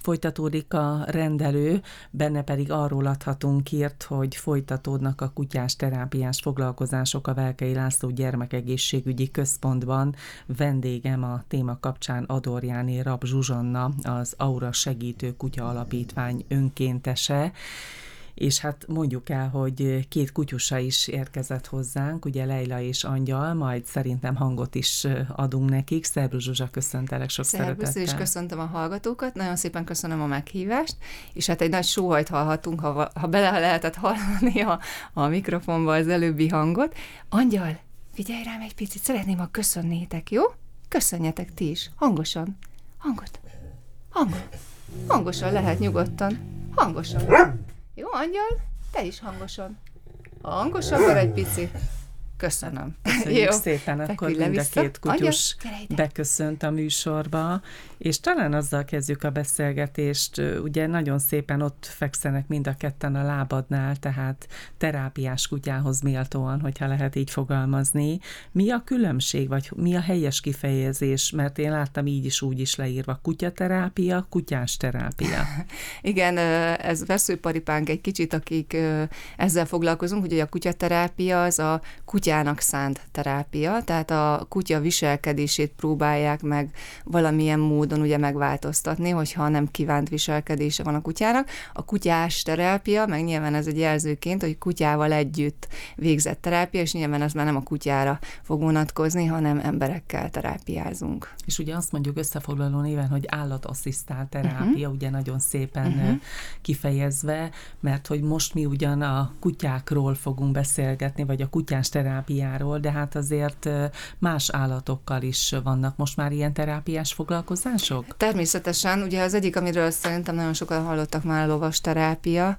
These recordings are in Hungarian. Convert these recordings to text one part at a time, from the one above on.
Folytatódik a rendelő, benne pedig arról adhatunk hírt, hogy folytatódnak a kutyás terápiás foglalkozások a Velkei László Gyermekegészségügyi Központban. Vendégem a téma kapcsán Ador Jáné Rab Zsuzsanna, az Aura Segítő Kutya Alapítvány önkéntese. És hát mondjuk el, hogy 2 kutyusa is érkezett hozzánk, ugye Leila és Angyal, majd szerintem hangot is adunk nekik. Szervusz Zsuzsa, köszöntelek sok szeretettel. Szervusz, és köszöntöm a hallgatókat, nagyon szépen köszönöm a meghívást, és hát egy nagy sóhajt hallhatunk, ha bele lehetett hallani a mikrofonba az előbbi hangot. Angyal, figyelj rám egy picit, szeretném, ha köszönnétek, jó? Köszönjetek ti is, hangosan. Hangot. Hangosan lehet nyugodtan. Hangosan. Jó, Angyal? Te is hangosan. Hangosabban egy pici. Köszönöm. Köszönjük szépen, akkor mind a 2 kutyus beköszönt a műsorba, és talán azzal kezdjük a beszélgetést, ugye nagyon szépen ott fekszenek mind a ketten a lábadnál, tehát terápiás kutyához méltóan, hogyha lehet így fogalmazni. Mi a különbség, vagy mi a helyes kifejezés? Mert én láttam így is, úgy is leírva, kutyaterápia, kutyás terápia. Igen, ez veszőparipánk egy kicsit, akik ezzel foglalkozunk, ugye a kutyaterápia az a kutyának szánt terápia, tehát a kutya viselkedését próbálják meg valamilyen módon ugye megváltoztatni, hogyha nem kívánt viselkedése van a kutyának. A kutyás terápia, meg nyilván ez egy jelzőként, hogy kutyával együtt végzett terápia, és nyilván ez már nem a kutyára fog vonatkozni, hanem emberekkel terápiázunk. És ugye azt mondjuk összefoglaló néven, hogy állatasszisztált terápia, ugye nagyon szépen kifejezve, mert hogy most mi ugyan a kutyákról fogunk beszélgetni, vagy a kutyás terápiáról, de hát azért más állatokkal is vannak most már ilyen terápiás foglalkozások? Természetesen, ugye az egyik, amiről szerintem nagyon sokan hallottak már, a lovas terápia.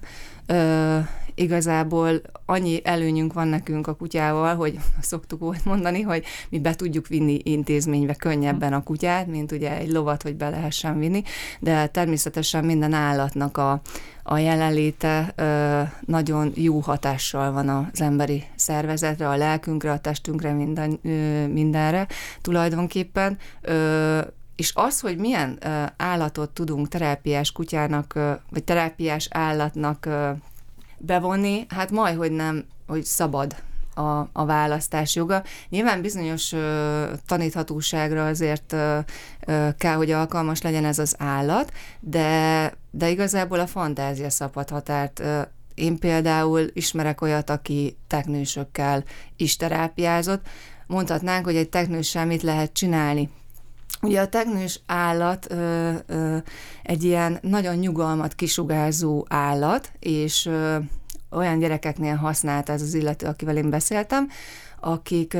Igazából annyi előnyünk van nekünk a kutyával, hogy szoktuk volt mondani, hogy mi be tudjuk vinni intézménybe könnyebben a kutyát, mint ugye egy lovat, hogy be lehessen vinni, de természetesen minden állatnak a jelenléte nagyon jó hatással van az emberi szervezetre, a lelkünkre, a testünkre, mindenre tulajdonképpen. És az, hogy milyen állatot tudunk terápiás kutyának, vagy terápiás állatnak bevonni, hát majdhogy nem, hogy szabad a választás joga. Nyilván bizonyos taníthatóságra azért kell, hogy alkalmas legyen ez az állat, de igazából a fantázia szabhat határt. Én például ismerek olyat, aki teknősökkel is terápiázott. Mondhatnánk, hogy egy teknőssel mit lehet csinálni. Ugye a teknős állat egy ilyen nagyon nyugalmat kisugárzó állat, és olyan gyerekeknél használt ez az illető, akivel én beszéltem, akik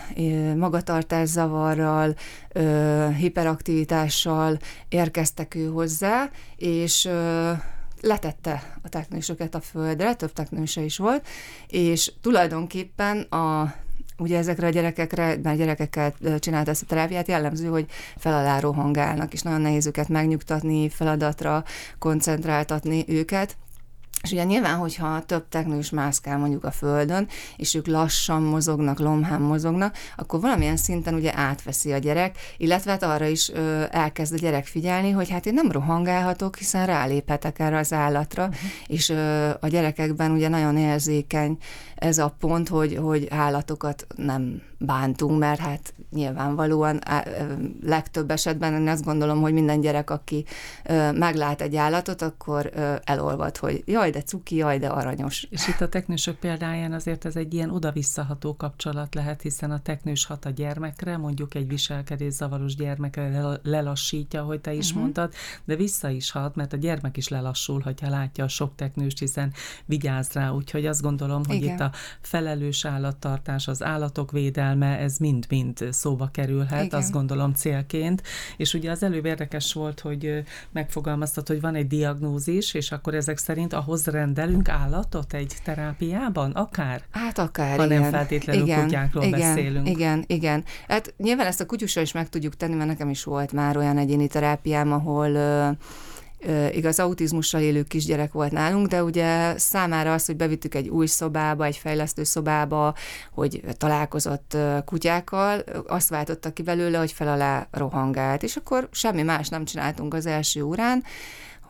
magatartászavarral, hiperaktivitással érkeztek ő hozzá, és letette a teknősöket a földre, több teknőse is volt, és tulajdonképpen ugye ezekre a gyerekekre, mert gyerekekkel csinált ezt a terápiát, jellemző, hogy fel alá rohangálnak, és nagyon nehéz őket megnyugtatni, feladatra koncentráltatni őket. És ugye nyilván, hogyha több teknős mászkál mondjuk a földön, és ők lassan mozognak, lomhán mozognak, akkor valamilyen szinten ugye átveszi a gyerek, illetve hát arra is elkezd a gyerek figyelni, hogy hát én nem rohangálhatok, hiszen ráléphetek erre az állatra, és a gyerekekben ugye nagyon érzékeny ez a pont, hogy állatokat nem bántunk, mert hát nyilvánvalóan legtöbb esetben én azt gondolom, hogy minden gyerek, aki meglát egy állatot, akkor elolvad, hogy jaj, de cuki, jaj, de aranyos. És itt a teknősök példáján azért ez egy ilyen oda-visszaható kapcsolat lehet, hiszen a teknős hat a gyermekre, mondjuk egy viselkedészavaros gyermekre lelassítja, ahogy te is mondtad, de vissza is hat, mert a gyermek is lelassul, hogyha látja a sok teknőst, hiszen vigyáz rá, úgyhogy azt gondolom, hogy itt a felelős állattartás, az állatok védelme, ez mind-mind szóba kerülhet, igen, azt gondolom célként, és ugye az előbb érdekes volt, hogy megfogalmaztad, hogy van egy diagnózis, és akkor ezek szerint ahhoz rendelünk állatot egy terápiában, akár? Hát akár, ha igen. nem feltétlenül kutyákról beszélünk. Igen. Hát nyilván ezt a kutyusra is meg tudjuk tenni, mert nekem is volt már olyan egyéni terápiám, ahol igaz, autizmussal élő kisgyerek volt nálunk, de ugye számára az, hogy bevittük egy új szobába, egy fejlesztő szobába, hogy találkozott kutyákkal, azt váltotta ki belőle, hogy fel alá rohangált, és akkor semmi más nem csináltunk az első órán,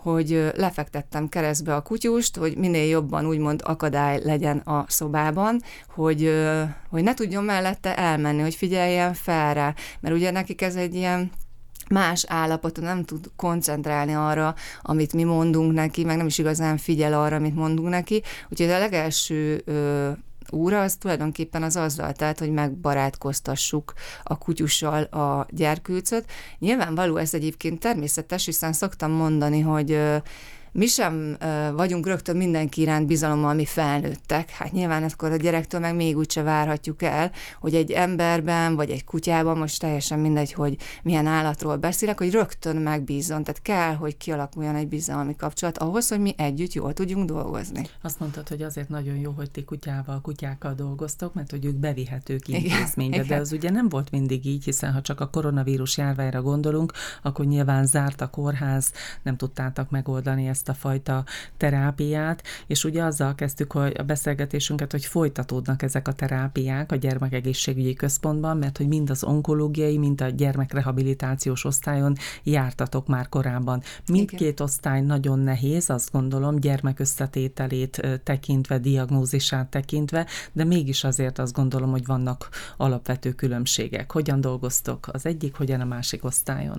hogy lefektettem keresztbe a kutyust, hogy minél jobban úgymond akadály legyen a szobában, hogy ne tudjon mellette elmenni, hogy figyeljen fel rá, mert ugye nekik ez egy ilyen más állapoton, nem tud koncentrálni arra, amit mi mondunk neki, meg nem is igazán figyel arra, amit mondunk neki. Úgyhogy a legelső óra az tulajdonképpen az azzal, tehát, hogy megbarátkoztassuk a kutyussal a gyerkőcöt. Nyilvánvaló ez egyébként természetes, hiszen szoktam mondani, hogy mi sem vagyunk rögtön mindenki iránt bizalommal, mi felnőttek. Hát nyilván akkor a gyerektől meg még úgyse várhatjuk el, hogy egy emberben, vagy egy kutyában, most teljesen mindegy, hogy milyen állatról beszélek, hogy rögtön megbízzon. Tehát kell, hogy kialakuljon egy bizalmi kapcsolat ahhoz, hogy mi együtt jól tudjunk dolgozni. Azt mondtad, hogy azért nagyon jó, hogy ti kutyákkal dolgoztok, mert hogy ők bevihetők intézménybe, igen. de az ugye nem volt mindig így, hiszen ha csak a koronavírus járványra gondolunk, akkor nyilván zárt a kórház, nem tudtátok megoldani ezt a fajta terápiát, és ugye azzal kezdtük hogy a beszélgetésünket, hogy folytatódnak ezek a terápiák a gyermekegészségügyi központban, mert hogy mind az onkológiai, mind a gyermekrehabilitációs osztályon jártatok már korábban. Mindkét osztály nagyon nehéz, azt gondolom, gyermek összetételét tekintve, diagnózisát tekintve, de mégis azért azt gondolom, hogy vannak alapvető különbségek. Hogyan dolgoztok az egyik, hogyan a másik osztályon?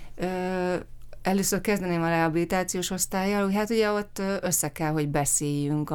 Először kezdeném a rehabilitációs osztállyal, hogy hát ugye ott össze kell, hogy beszéljünk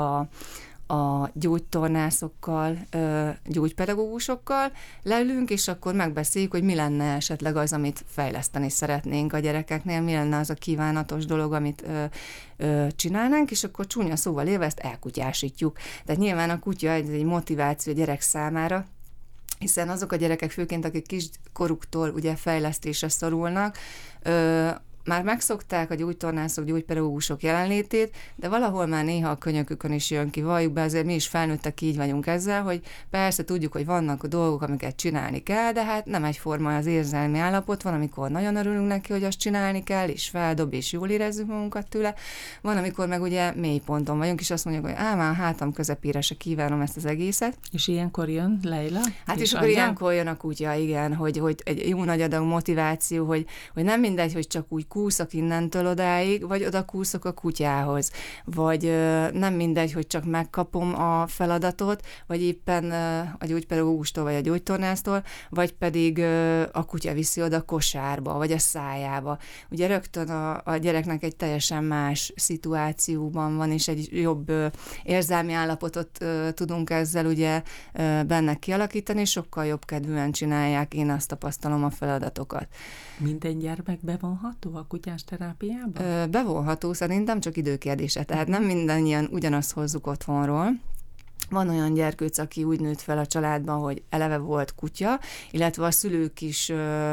a gyógytornászokkal, gyógypedagógusokkal, leülünk, és akkor megbeszéljük, hogy mi lenne esetleg az, amit fejleszteni szeretnénk a gyerekeknél, mi lenne az a kívánatos dolog, amit csinálnánk, és akkor csúnya szóval élve ezt elkutyásítjuk. Tehát nyilván a kutya egy motiváció a gyerek számára, hiszen azok a gyerekek főként, akik kiskoruktól ugye fejlesztésre szorulnak, már megszokták a gyógytornászok, gyógypedagógusok jelenlétét, de valahol már néha a könyökükön is jön ki, valljuk be, azért mi is felnőttek így vagyunk ezzel, hogy persze tudjuk, hogy vannak dolgok, amiket csinálni kell, de hát nem egyforma az érzelmi állapot, van, amikor nagyon örülünk neki, hogy azt csinálni kell, és feldob, és jól érezzük magunkat tőle, van, amikor meg ugye mély ponton vagyunk, és azt mondjuk, hogy már hátam közepére se kívánom ezt az egészet. És ilyenkor jön Leila? Hát és akkor ilyenkor jön a kutya, igen, hogy egy jó nagy adag motiváció, hogy nem mindegy, hogy csak úgy kúszok innentől odáig, vagy oda kúszok a kutyához. Vagy nem mindegy, hogy csak megkapom a feladatot, vagy éppen a gyógypedagógustól, vagy a gyógytornásztól, vagy pedig a kutya viszi oda a kosárba, vagy a szájába. Ugye rögtön a gyereknek egy teljesen más szituációban van, és egy jobb érzelmi állapotot tudunk ezzel ugye benne kialakítani, sokkal jobb kedvűen csinálják, én azt tapasztalom a feladatokat. Minden gyermek bevonható a kutyás terápiába? Bevonható, szerintem csak időkérdése. Tehát nem mindannyian ugyanazt hozzuk otthonról. Van olyan gyerkőc, aki úgy nőtt fel a családban, hogy eleve volt kutya, illetve a szülők is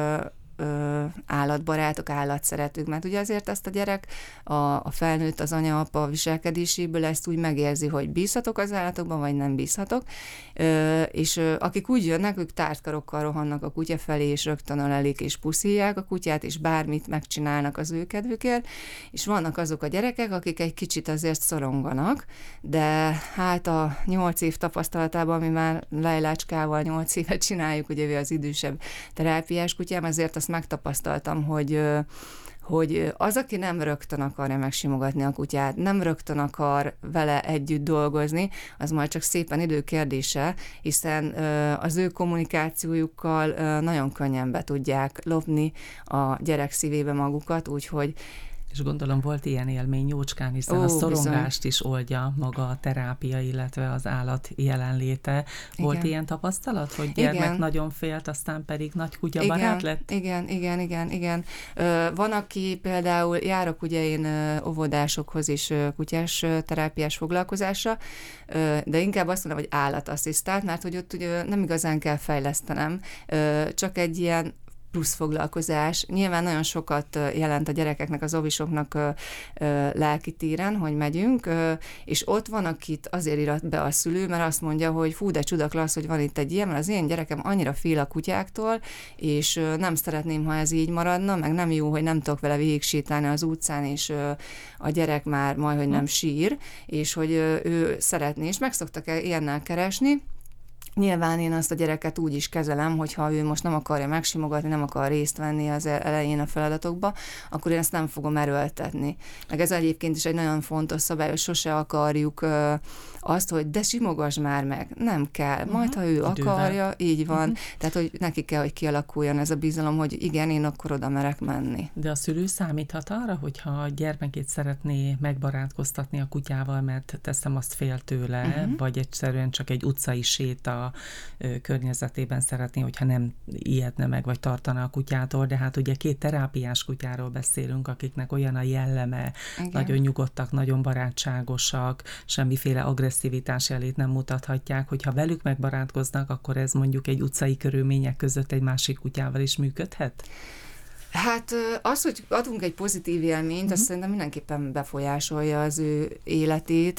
állatbarátok, állatszeretők, mert ugye azért ezt a gyerek, a felnőtt, az anya, apa viselkedéséből ezt úgy megérzi, hogy bízhatok az állatokban, vagy nem bízhatok, és akik úgy jönnek, ők tártkarokkal rohannak a kutya felé, és rögtön ölelik és puszíják a kutyát, és bármit megcsinálnak az ő kedvükért, és vannak azok a gyerekek, akik egy kicsit azért szoronganak, de hát a 8 év tapasztalatában, mi már Leilácskával 8 évet csináljuk, ugye ő az idősebb terápiás kutyám, azért azt megtapasztaltam, hogy az, aki nem rögtön akarja megsimogatni a kutyát, nem rögtön akar vele együtt dolgozni, az majd csak szépen idő kérdése, hiszen az ő kommunikációjukkal nagyon könnyen be tudják lopni a gyerek szívébe magukat, úgyhogy és gondolom volt ilyen élmény Jócskán, hiszen a szorongást bizony is oldja maga a terápia, illetve az állat jelenléte. Volt ilyen tapasztalat, hogy gyermek nagyon félt, aztán pedig nagy kutyabarát lett? Igen. Van, aki például járok ugye én óvodásokhoz is kutyás terápiás foglalkozásra, de inkább azt mondom, hogy állatasszisztált, mert hogy ott ugye nem igazán kell fejlesztenem, csak egy ilyen plusz foglalkozás. Nyilván nagyon sokat jelent a gyerekeknek, az óvisoknak lelki téren, hogy megyünk, és ott van, akit azért irat be a szülő, mert azt mondja, hogy fú, de csudaklasz, hogy van itt egy ilyen, mert az én gyerekem annyira fél a kutyáktól, és nem szeretném, ha ez így maradna, meg nem jó, hogy nem tudok vele végig sétálni az utcán, és a gyerek már majdhogy nem sír, és hogy ő szeretné, és meg szoktak ilyennel keresni, Nyilván én azt a gyereket úgy is kezelem, hogyha ő most nem akarja megsimogatni, nem akar részt venni az elején a feladatokba, akkor én ezt nem fogom erőltetni. Meg ez egyébként is egy nagyon fontos szabály, hogy sose akarjuk azt, hogy de simogass már meg. Nem kell. Majd, ha ő akarja, így van. Tehát, hogy neki kell, hogy kialakuljon ez a bizalom, hogy igen, én akkor oda merek menni. De a szülő számíthat arra, hogyha a gyermekét szeretné megbarátkoztatni a kutyával, mert teszem azt fél tőle, vagy egyszerűen csak egy utcai séta környezetében szeretné, hogyha nem ijedne meg, vagy tartana a kutyától, de hát ugye 2 terápiás kutyáról beszélünk, akiknek olyan a jelleme, igen, nagyon nyugodtak, nagyon barátságosak, semmiféle agresszivitás jelét nem mutathatják, hogyha velük megbarátkoznak, akkor ez mondjuk egy utcai körülmények között egy másik kutyával is működhet? Hát az, hogy adunk egy pozitív élményt, azt szerintem mindenképpen befolyásolja az ő életét.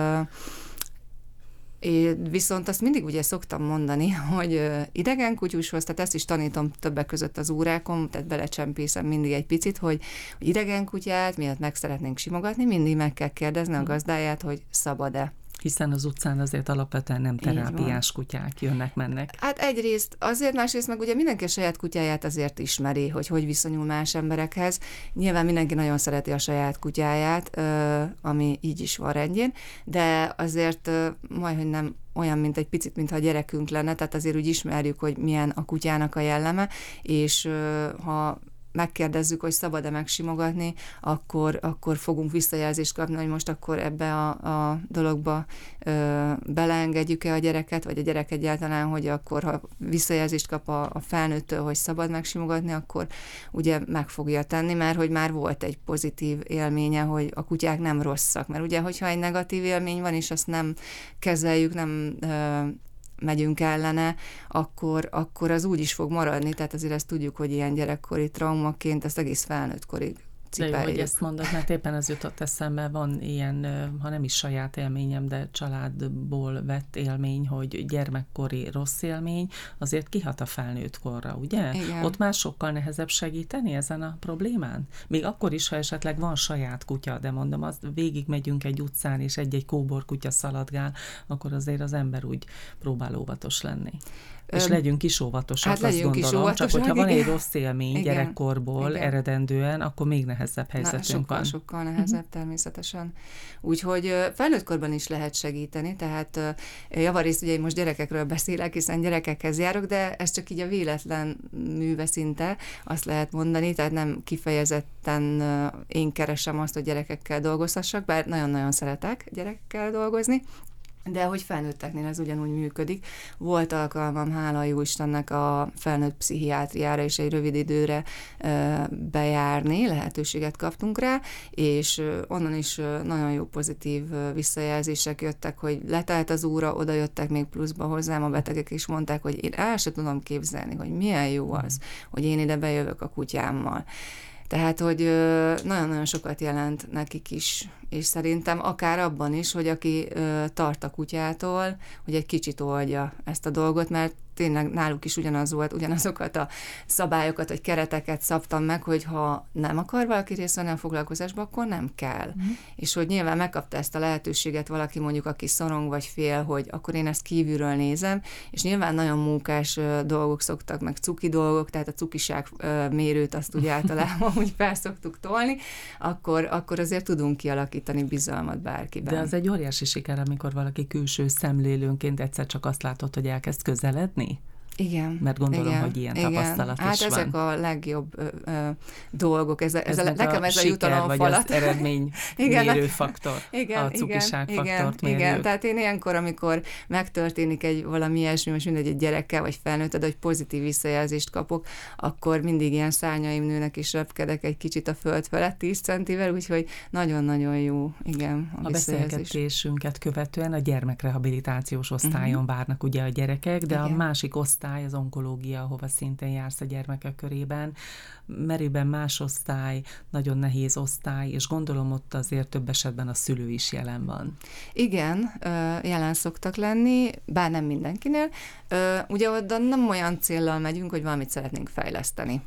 Viszont azt mindig ugye szoktam mondani, hogy idegen kutyushoz, tehát ezt is tanítom többek között az órákon, tehát belecsempészem mindig egy picit, hogy idegen kutyát, miatt meg szeretnénk simogatni, mindig meg kell kérdezni a gazdáját, hogy szabad-e. Hiszen az utcán azért alapvetően nem terápiás kutyák jönnek-mennek. Hát egyrészt azért, másrészt meg ugye mindenki a saját kutyáját azért ismeri, hogy viszonyul más emberekhez. Nyilván mindenki nagyon szereti a saját kutyáját, ami így is van rendjén, de azért majdhogy nem olyan, mint egy picit, mintha a gyerekünk lenne, tehát azért úgy ismerjük, hogy milyen a kutyának a jelleme, és ha megkérdezzük, hogy szabad-e megsimogatni, akkor fogunk visszajelzést kapni, hogy most akkor ebbe a dologba beleengedjük-e a gyereket, vagy a gyerek egyáltalán, hogy akkor, ha visszajelzést kap a felnőttől, hogy szabad megsimogatni, akkor ugye meg fogja tenni, mert hogy már volt egy pozitív élménye, hogy a kutyák nem rosszak. Mert ugye, hogyha egy negatív élmény van, és azt nem kezeljük, nem megyünk ellene, akkor az úgy is fog maradni, tehát azért ezt tudjuk, hogy ilyen gyerekkori traumaként ezt egész felnőttkorig cipeljük. De jó, hogy ezt mondod, mert éppen ez jutott eszembe, van ilyen, ha nem is saját élményem, de családból vett élmény, hogy gyermekkori rossz élmény azért kihat a felnőtt korra, ugye? Igen. Ott már sokkal nehezebb segíteni ezen a problémán? Még akkor is, ha esetleg van saját kutya, de mondom, azt végig megyünk egy utcán, és egy-egy kóborkutya szaladgál, akkor azért az ember úgy próbál óvatos lenni. És legyünk is óvatosak, hát azt gondolom, csak hogyha van egy rossz élmény igen, gyerekkorból igen, eredendően, akkor még nehezebb helyzetünk van. Sokkal nehezebb természetesen. Úgyhogy felnőttkorban is lehet segíteni, tehát javarészt ugye én most gyerekekről beszélek, hiszen gyerekekhez járok, de ez csak így a véletlen műve szinte, azt lehet mondani, tehát nem kifejezetten én keresem azt, hogy gyerekekkel dolgozhassak, bár nagyon-nagyon szeretek gyerekekkel dolgozni, de hogy felnőtteknél ez ugyanúgy működik. Volt alkalmam, hála jó Istennek, a felnőtt pszichiátriára is egy rövid időre bejárni, lehetőséget kaptunk rá, és onnan is nagyon jó pozitív visszajelzések jöttek, hogy letelt az óra, oda jöttek még pluszba hozzám a betegek, és mondták, hogy én el sem tudom képzelni, hogy milyen jó az, hogy én ide bejövök a kutyámmal. Tehát, hogy nagyon-nagyon sokat jelent nekik is, és szerintem akár abban is, hogy aki tart a kutyától, hogy egy kicsit oldja ezt a dolgot, mert tényleg náluk is ugyanaz volt, ugyanazokat a szabályokat, vagy kereteket szabtam meg, hogy ha nem akar valaki részt venni a foglalkozásba, akkor nem kell. És hogy nyilván megkapta ezt a lehetőséget valaki, mondjuk, aki szorong vagy fél, hogy akkor én ezt kívülről nézem, és nyilván nagyon mókás dolgok szoktak, meg cuki dolgok, tehát a cukiság mérőt azt úgy általában úgy fel szoktuk tolni, akkor azért tudunk kialakítani bizalmat bárkiben. De az egy óriási siker, amikor valaki külső szemlélőnként egyszer csak azt látod, hogy elkezd közeledni. Igen. Mert gondolom, hogy ilyen tapasztalat hát is van. ezek a legjobb dolgok. Nekem ez a jutalomfalat. Vagy az eredmény mérőfaktor, a cukiságfaktort mérjük. Igen, tehát én ilyenkor, amikor megtörténik valami ilyesmi, most mindegy egy gyerekkel, vagy felnőtted, hogy pozitív visszajelzést kapok, akkor mindig ilyen szárnyaim nőnek, és repkedek egy kicsit a föld felett 10 centivel, úgyhogy nagyon-nagyon jó, igen, a beszélgetésünket követően a gyermekrehabilitációs osztályon várnak ugye a gyerekek, de a másik osztály, az onkológia, ahova szintén jársz a gyermekek körében, merőben más osztály, nagyon nehéz osztály, és gondolom ott azért több esetben a szülő is jelen van. Igen, jelen szoktak lenni, bár nem mindenkinél. Ugye oda nem olyan céllal megyünk, hogy valamit szeretnénk fejleszteni.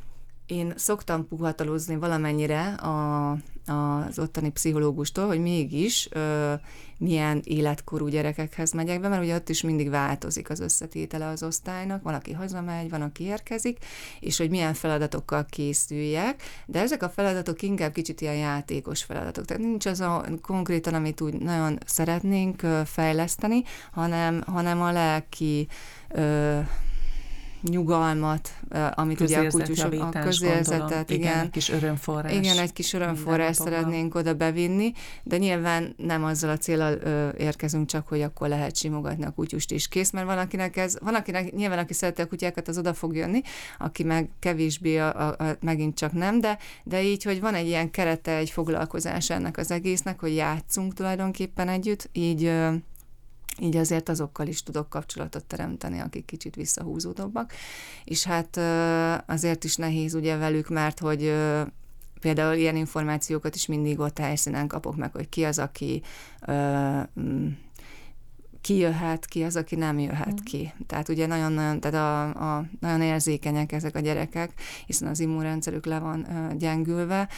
Én szoktam puhatalozni valamennyire az ottani pszichológustól, hogy mégis milyen életkorú gyerekekhez megyek be, mert ugye ott is mindig változik az összetétele az osztálynak, van, aki hazamegy, van, aki érkezik, és hogy milyen feladatokkal készüljek, de ezek a feladatok inkább kicsit ilyen játékos feladatok, tehát nincs az a konkrétan, amit úgy nagyon szeretnénk fejleszteni, hanem a lelki nyugalmat, amit ugye a kutyusok, a közérzetet, igen, egy kis örömforrás. Igen, egy kis örömforrás szeretnénk oda bevinni, de nyilván nem azzal a céllal érkezünk csak, hogy akkor lehet simogatni a kutyust is kész, mert van akinek nyilván, aki szereti a kutyákat, az oda fog jönni, aki meg kevésbé megint csak nem, de így, hogy van egy ilyen kerete, egy foglalkozás ennek az egésznek, hogy játszunk tulajdonképpen együtt, így azért azokkal is tudok kapcsolatot teremteni, akik kicsit visszahúzódóbbak. És hát azért is nehéz ugye velük, mert hogy például ilyen információkat is mindig ott helyszínen kapok meg, hogy ki az, aki ki jöhet, ki az, aki nem jöhet ki. Tehát ugye nagyon nagyon érzékenyek ezek a gyerekek, hiszen az immunrendszerük le van gyengülve,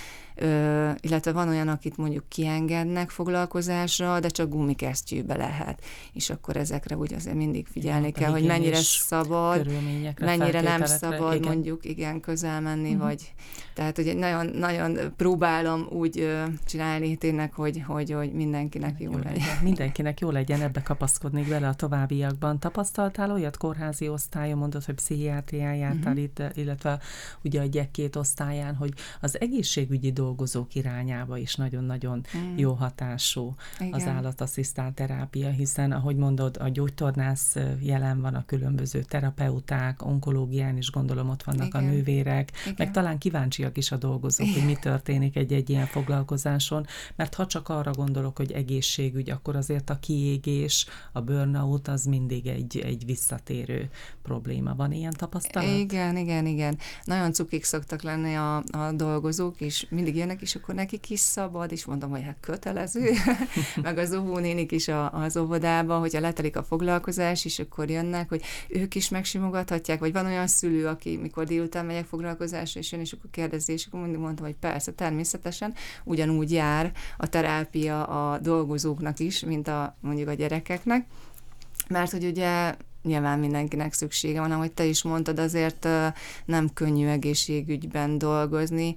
illetve van olyan, akit mondjuk kiengednek foglalkozásra, de csak gumikesztyűbe lehet. És akkor ezekre úgy azért mindig figyelni kell, hogy mennyire szabad, mennyire nem szabad igen. Mondjuk közel menni, vagy tehát ugye nagyon, nagyon próbálom úgy csinálni tényleg, hogy mindenkinek jó legyen. Mindenkinek jó legyen, ebbe kapaszkodnék bele a továbbiakban. Tapasztaltál olyat kórházi osztályon, mondod, hogy pszichiátrián jártál itt, illetve ugye a gyek 2 osztályán, hogy az egészségügyi dolgozók irányába is nagyon-nagyon jó hatású az állatasszisztált terápia, hiszen, ahogy mondod, a gyógytornász jelen van, a különböző terapeuták, onkológián is gondolom ott vannak a nővérek, meg talán kíváncsiak is a dolgozók, hogy mi történik egy ilyen foglalkozáson, mert ha csak arra gondolok, hogy egészségügy, akkor azért a kiégés, a burnout az mindig egy visszatérő probléma. Van ilyen tapasztalat? Igen. Nagyon cukik szoktak lenni a dolgozók, és mindig jönnek, és akkor nekik is szabad, és mondom, hogy hát kötelező, meg az óvónénik is az óvodába, hogyha letelik a foglalkozás, és akkor jönnek, hogy ők is megsimogathatják, vagy van olyan szülő, aki mikor délután megyek foglalkozásra, és jön, és akkor kérdezi, és akkor mindig mondtam, hogy persze, természetesen ugyanúgy jár a terápia a dolgozóknak is, mint mondjuk a gyerekeknek, mert hogy ugye nyilván mindenkinek szüksége van, ahogy te is mondtad, azért nem könnyű egészségügyben dolgozni.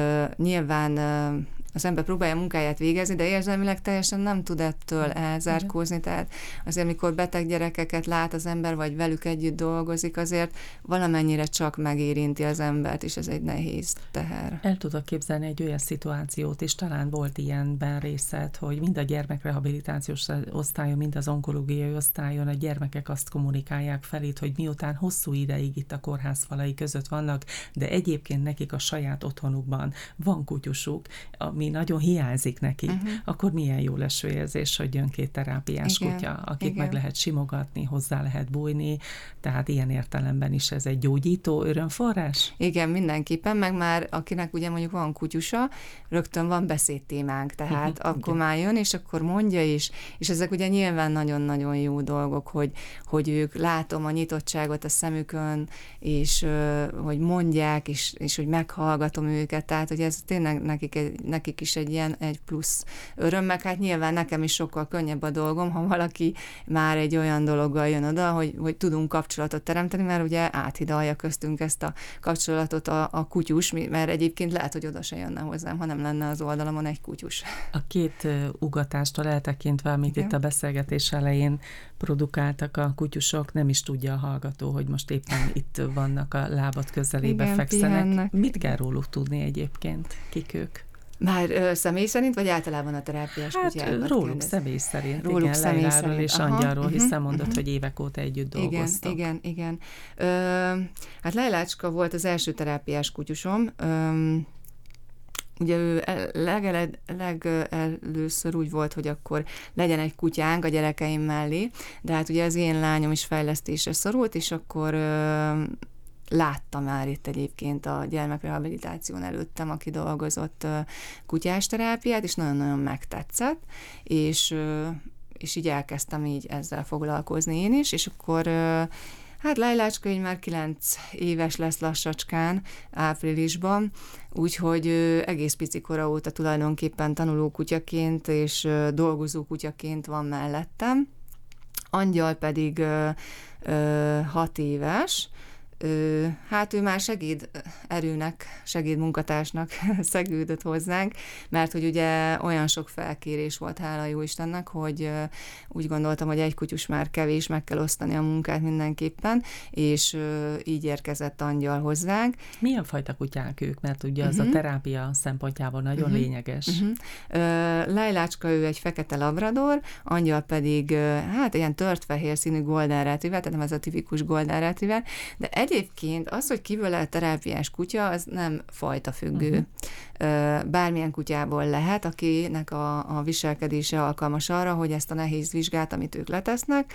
Nyilván az ember próbálja a munkáját végezni, de érzelmileg teljesen nem tud ettől elzárkózni, tehát azért, mikor beteg gyerekeket lát az ember, vagy velük együtt dolgozik, azért valamennyire csak megérinti az embert, és ez egy nehéz teher. El tudok képzelni egy olyan szituációt, és talán volt ilyenben részed, hogy mind a gyermekrehabilitációs osztályon, mind az onkológiai osztályon a gyermekek azt kommunikálják fel itt, hogy miután hosszú ideig itt a kórház falai között vannak, de egyébként nekik a saját otthonukban van kutyusuk, ami nagyon hiányzik nekik, akkor milyen jó leső érzés, hogy jön 2 terápiás kutya, akit meg lehet simogatni, hozzá lehet bújni, tehát ilyen értelemben is ez egy gyógyító örömforrás? Igen, mindenképpen, meg már akinek ugye mondjuk van kutyusa, rögtön van beszédtémánk, tehát akkor már jön, és akkor mondja is, és ezek ugye nyilván nagyon-nagyon jó dolgok, hogy ők látom a nyitottságot a szemükön, és hogy mondják, és hogy meghallgatom őket, tehát hogy ez tényleg nekik is egy plusz öröm, meg hát nyilván nekem is sokkal könnyebb a dolgom, ha valaki már egy olyan dologgal jön oda, hogy tudunk kapcsolatot teremteni, mert ugye áthidalja köztünk ezt a kapcsolatot a kutyus, mert egyébként lehet, hogy oda se jönne hozzám, ha nem lenne az oldalamon egy kutyus. A 2 ugatástól eltekintve, amit itt a beszélgetés elején produkáltak a kutyusok, nem is tudja a hallgató, hogy most éppen itt vannak a lábad közelébe, fekszenek. Pihennek. Mit kell róluk tudni egyébként? Kik ők? Már személy szerint, vagy általában a terápiás kutyákat? Róluk személy szerint. Róluk személy szerint. És Angyalról, hiszen mondod, hogy évek óta együtt dolgoztak. Igen. Hát Lejlácska volt az első terápiás kutyusom. Ugye ő legelőször úgy volt, hogy akkor legyen egy kutyánk a gyerekeim mellé, de hát ugye az én lányom is fejlesztésre szorult, és akkor láttam már itt egyébként a gyermekrehabilitáción előttem, aki dolgozott kutyás terápiát, és nagyon-nagyon megtetszett, és így elkezdtem így ezzel foglalkozni én is, és akkor Hát Lejlácska így már 9 éves lesz lassacskán, áprilisban, úgyhogy egész pici kora óta tulajdonképpen tanuló kutyaként és dolgozó kutyaként van mellettem. Angyal pedig 6 éves, hát ő már segédmunkatársnak szegődött hozzánk, mert hogy ugye olyan sok felkérés volt, hála jó Istennek, hogy úgy gondoltam, hogy egy kutyus már kevés, meg kell osztani a munkát mindenképpen, és így érkezett Angyal hozzánk. Milyen fajta kutyák ők? Mert ugye az a terápia szempontjából nagyon lényeges. Lejlácska, ő egy fekete labrador, Angyal pedig hát ilyen tört fehér színű golden retriever, tehát nem ez a tipikus golden retriever, de egyébként az, hogy kiből lehet terápiás kutya, az nem fajta függő. Bármilyen kutyából lehet, akinek a viselkedése alkalmas arra, hogy ezt a nehéz vizsgát, amit ők letesznek,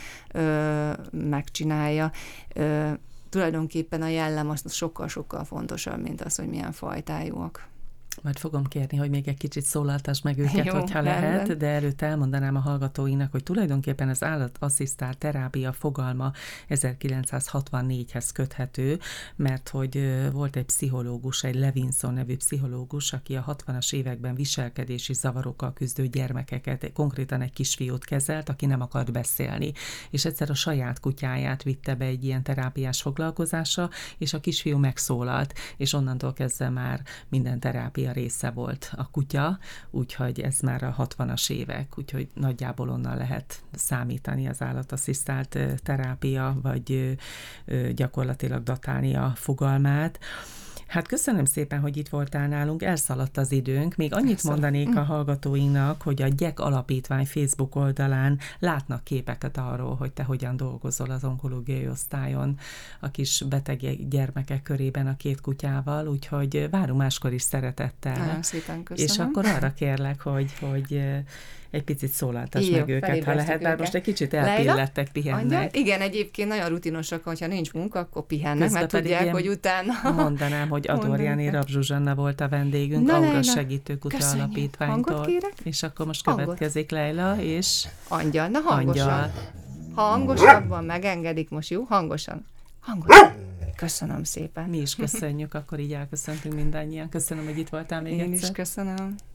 megcsinálja. Tulajdonképpen a jellem az sokkal-sokkal fontosabb, mint az, hogy milyen fajtájúak. Majd fogom kérni, hogy még egy kicsit szólaltass meg őket, Jó, hogyha rendben. lehet, de előtt elmondanám a hallgatóinak, hogy tulajdonképpen az állatasszisztált terápia fogalma 1964-hez köthető, mert hogy volt egy pszichológus, egy Levinson nevű pszichológus, aki a 60-as években viselkedési zavarokkal küzdő gyermekeket, konkrétan egy kisfiút kezelt, aki nem akart beszélni. És egyszer a saját kutyáját vitte be egy ilyen terápiás foglalkozásra, és a kisfiú megszólalt, és onnantól kezdve már minden terápia része volt a kutya, úgyhogy ez már a 60-as évek, úgyhogy nagyjából onnan lehet számítani az állatasszisztált terápia, vagy gyakorlatilag datálni a fogalmát. Hát köszönöm szépen, hogy itt voltál nálunk, elszaladt az időnk. Még annyit mondanék a hallgatóinknak, hogy a GYEK Alapítvány Facebook oldalán látnak képeket arról, hogy te hogyan dolgozol az onkológiai osztályon a kis beteg gyermekek körében a 2 kutyával, úgyhogy várunk máskor is szeretettel. Nagyon szépen köszönöm. És akkor arra kérlek, hogy egy picit szólaltass meg őket, ha lehet, bár most egy kicsit elpillettek, pihennek. Angyal? Igen, egyébként nagyon rutinosak, hogyha nincs munka, akkor pihennek, Közben mert tudják, hogy utána... Mondanám, hogy Adorjáni Rab Zsuzsanna volt a vendégünk, Aura Segítő Kutya Alapítványtól. És akkor most következik Leila, és... Angyal, na hangosan. Angyal. Hangosabban megengedik most, jó? Hangosan. Hangosan. Köszönöm szépen. Mi is köszönjük, akkor így elköszöntünk mindannyian. Köszönöm, hogy itt voltál még egyszer. Én is köszönöm.